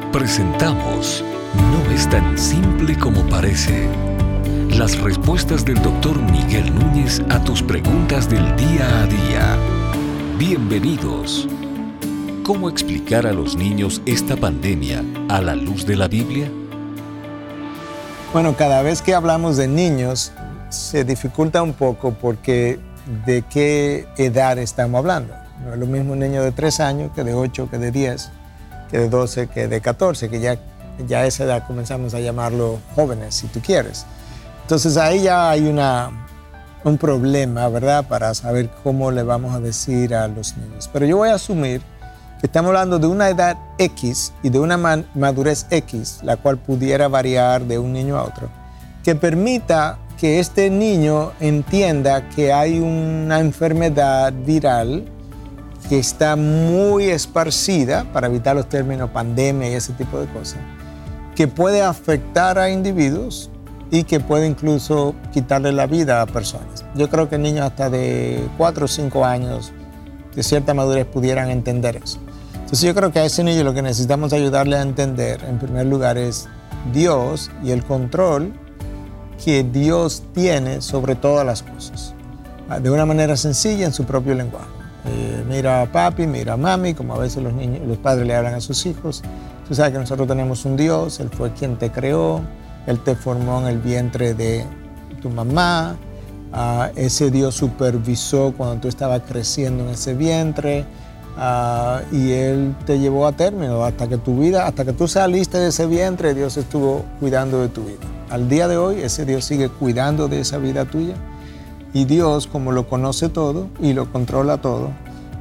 Presentamos No es tan simple como parece. Las respuestas del Dr. Miguel Núñez a tus preguntas del día a día. Bienvenidos. ¿Cómo explicar a los niños esta pandemia a la luz de la Biblia? Bueno, cada vez que hablamos de niños se dificulta un poco porque ¿de qué edad estamos hablando? No es lo mismo un niño de 3 años que de 8, que de 10, que de 12, que de 14, que ya a esa edad comenzamos a llamarlo jóvenes, si tú quieres. Entonces ahí ya hay un problema, ¿verdad? Para saber cómo le vamos a decir a los niños. Pero yo voy a asumir que estamos hablando de una edad X y de una madurez X, la cual pudiera variar de un niño a otro, que permita que este niño entienda que hay una enfermedad viral que está muy esparcida, para evitar los términos pandemia y ese tipo de cosas, que puede afectar a individuos y que puede incluso quitarle la vida a personas. Yo creo que niños hasta de 4 o 5 años de cierta madurez pudieran entender eso. Entonces yo creo que a ese niño lo que necesitamos ayudarle a entender, en primer lugar, es Dios y el control que Dios tiene sobre todas las cosas, de una manera sencilla en su propio lenguaje. Mira a papi, mira a mami, como a veces los padres le hablan a sus hijos. Tú sabes que nosotros tenemos un Dios, Él fue quien te creó, Él te formó en el vientre de tu mamá, ese Dios supervisó cuando tú estabas creciendo en ese vientre, y Él te llevó a término hasta que tú saliste de ese vientre. Dios estuvo cuidando de tu vida. Al día de hoy ese Dios sigue cuidando de esa vida tuya, y Dios, como lo conoce todo y lo controla todo,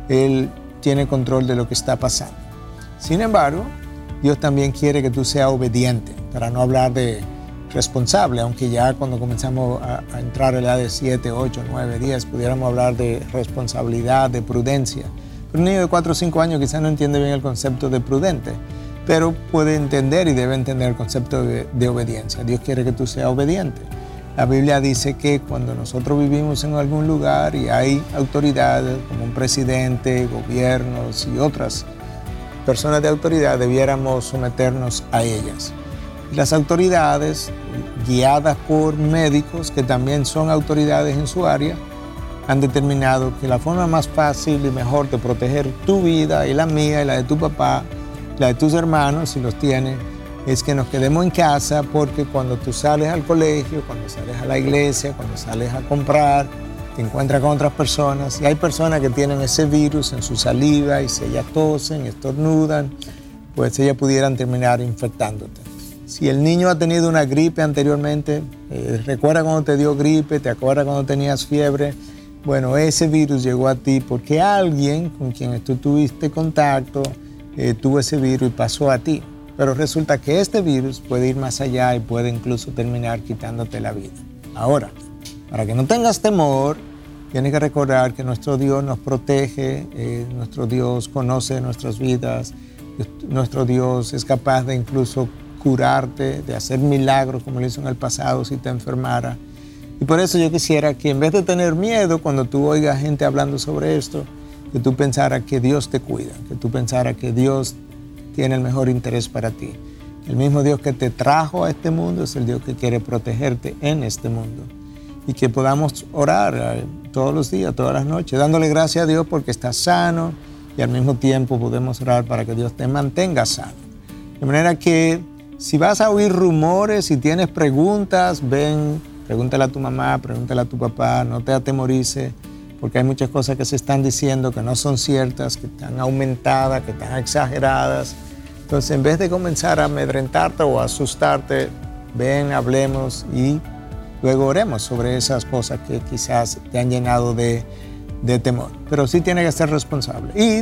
Él tiene control de lo que está pasando. Sin embargo, Dios también quiere que tú seas obediente, para no hablar de responsable, aunque ya cuando comenzamos a entrar a la edad de 7, 8, 9, 10, pudiéramos hablar de responsabilidad, de prudencia. Pero un niño de 4 o 5 años quizás no entiende bien el concepto de prudente, pero puede entender y debe entender el concepto de obediencia. Dios quiere que tú seas obediente. La Biblia dice que cuando nosotros vivimos en algún lugar y hay autoridades como un presidente, gobiernos y otras personas de autoridad, debiéramos someternos a ellas. Y las autoridades, guiadas por médicos que también son autoridades en su área, han determinado que la forma más fácil y mejor de proteger tu vida y la mía y la de tu papá, la de tus hermanos, si los tienes, es que nos quedemos en casa, porque cuando tú sales al colegio, cuando sales a la iglesia, cuando sales a comprar, te encuentras con otras personas, y hay personas que tienen ese virus en su saliva, y si ellas tosen, estornudan, pues ellas pudieran terminar infectándote. Si el niño ha tenido una gripe anteriormente, recuerda cuando te dio gripe, te acuerdas cuando tenías fiebre. Bueno, ese virus llegó a ti porque alguien con quien tú tuviste contacto tuvo ese virus y pasó a ti. Pero resulta que este virus puede ir más allá y puede incluso terminar quitándote la vida. Ahora, para que no tengas temor, tienes que recordar que nuestro Dios nos protege, nuestro Dios conoce nuestras vidas, nuestro Dios es capaz de incluso curarte, de hacer milagros como lo hizo en el pasado si te enfermara. Y por eso yo quisiera que, en vez de tener miedo cuando tú oigas gente hablando sobre esto, que tú pensaras que Dios te cuida, que tú pensaras que Dios tiene el mejor interés para ti. El mismo Dios que te trajo a este mundo es el Dios que quiere protegerte en este mundo. Y que podamos orar todos los días, todas las noches, dándole gracias a Dios porque estás sano, y al mismo tiempo podemos orar para que Dios te mantenga sano. De manera que si vas a oír rumores, si tienes preguntas, ven, pregúntale a tu mamá, pregúntale a tu papá, no te atemorices, porque hay muchas cosas que se están diciendo que no son ciertas, que están aumentadas, que están exageradas. Entonces, en vez de comenzar a amedrentarte o a asustarte, ven, hablemos y luego oremos sobre esas cosas que quizás te han llenado de temor. Pero sí tienes que ser responsable y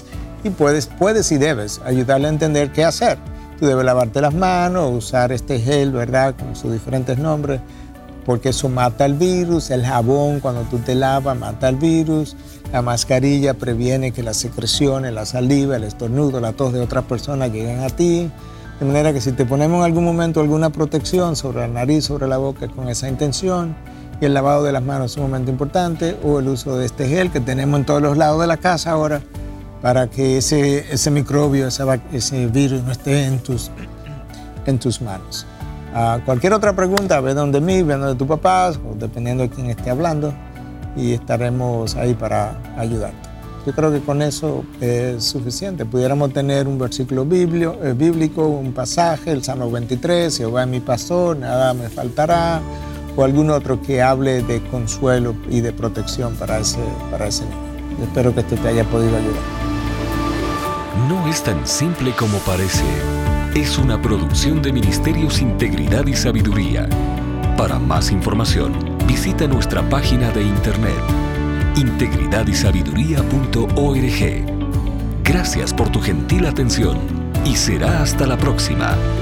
puedes y debes ayudarle a entender qué hacer. Tú debes lavarte las manos, usar este gel, ¿verdad?, con sus diferentes nombres, porque eso mata el virus. El jabón, cuando tú te lavas, mata el virus. La mascarilla previene que las secreciones, la saliva, el estornudo, la tos de otras personas lleguen a ti. De manera que si te ponemos en algún momento alguna protección sobre la nariz, sobre la boca, con esa intención, y el lavado de las manos es un momento importante, o el uso de este gel que tenemos en todos los lados de la casa ahora, para que ese microbio, ese virus no esté en tus manos. Cualquier otra pregunta, ve donde mí, ve donde tu papá, o dependiendo de quién esté hablando, y estaremos ahí para ayudarte. Yo creo que con eso es suficiente. Pudiéramos tener un versículo bíblico, un pasaje, el Salmo 23, Jehová es mi pastor, nada me faltará, o algún otro que hable de consuelo y de protección para ese niño. Yo espero que esto te haya podido ayudar. No es tan simple como parece. Es una producción de Ministerios Integridad y Sabiduría. Para más información, visita nuestra página de internet integridadysabiduría.org. Gracias por tu gentil atención y será hasta la próxima.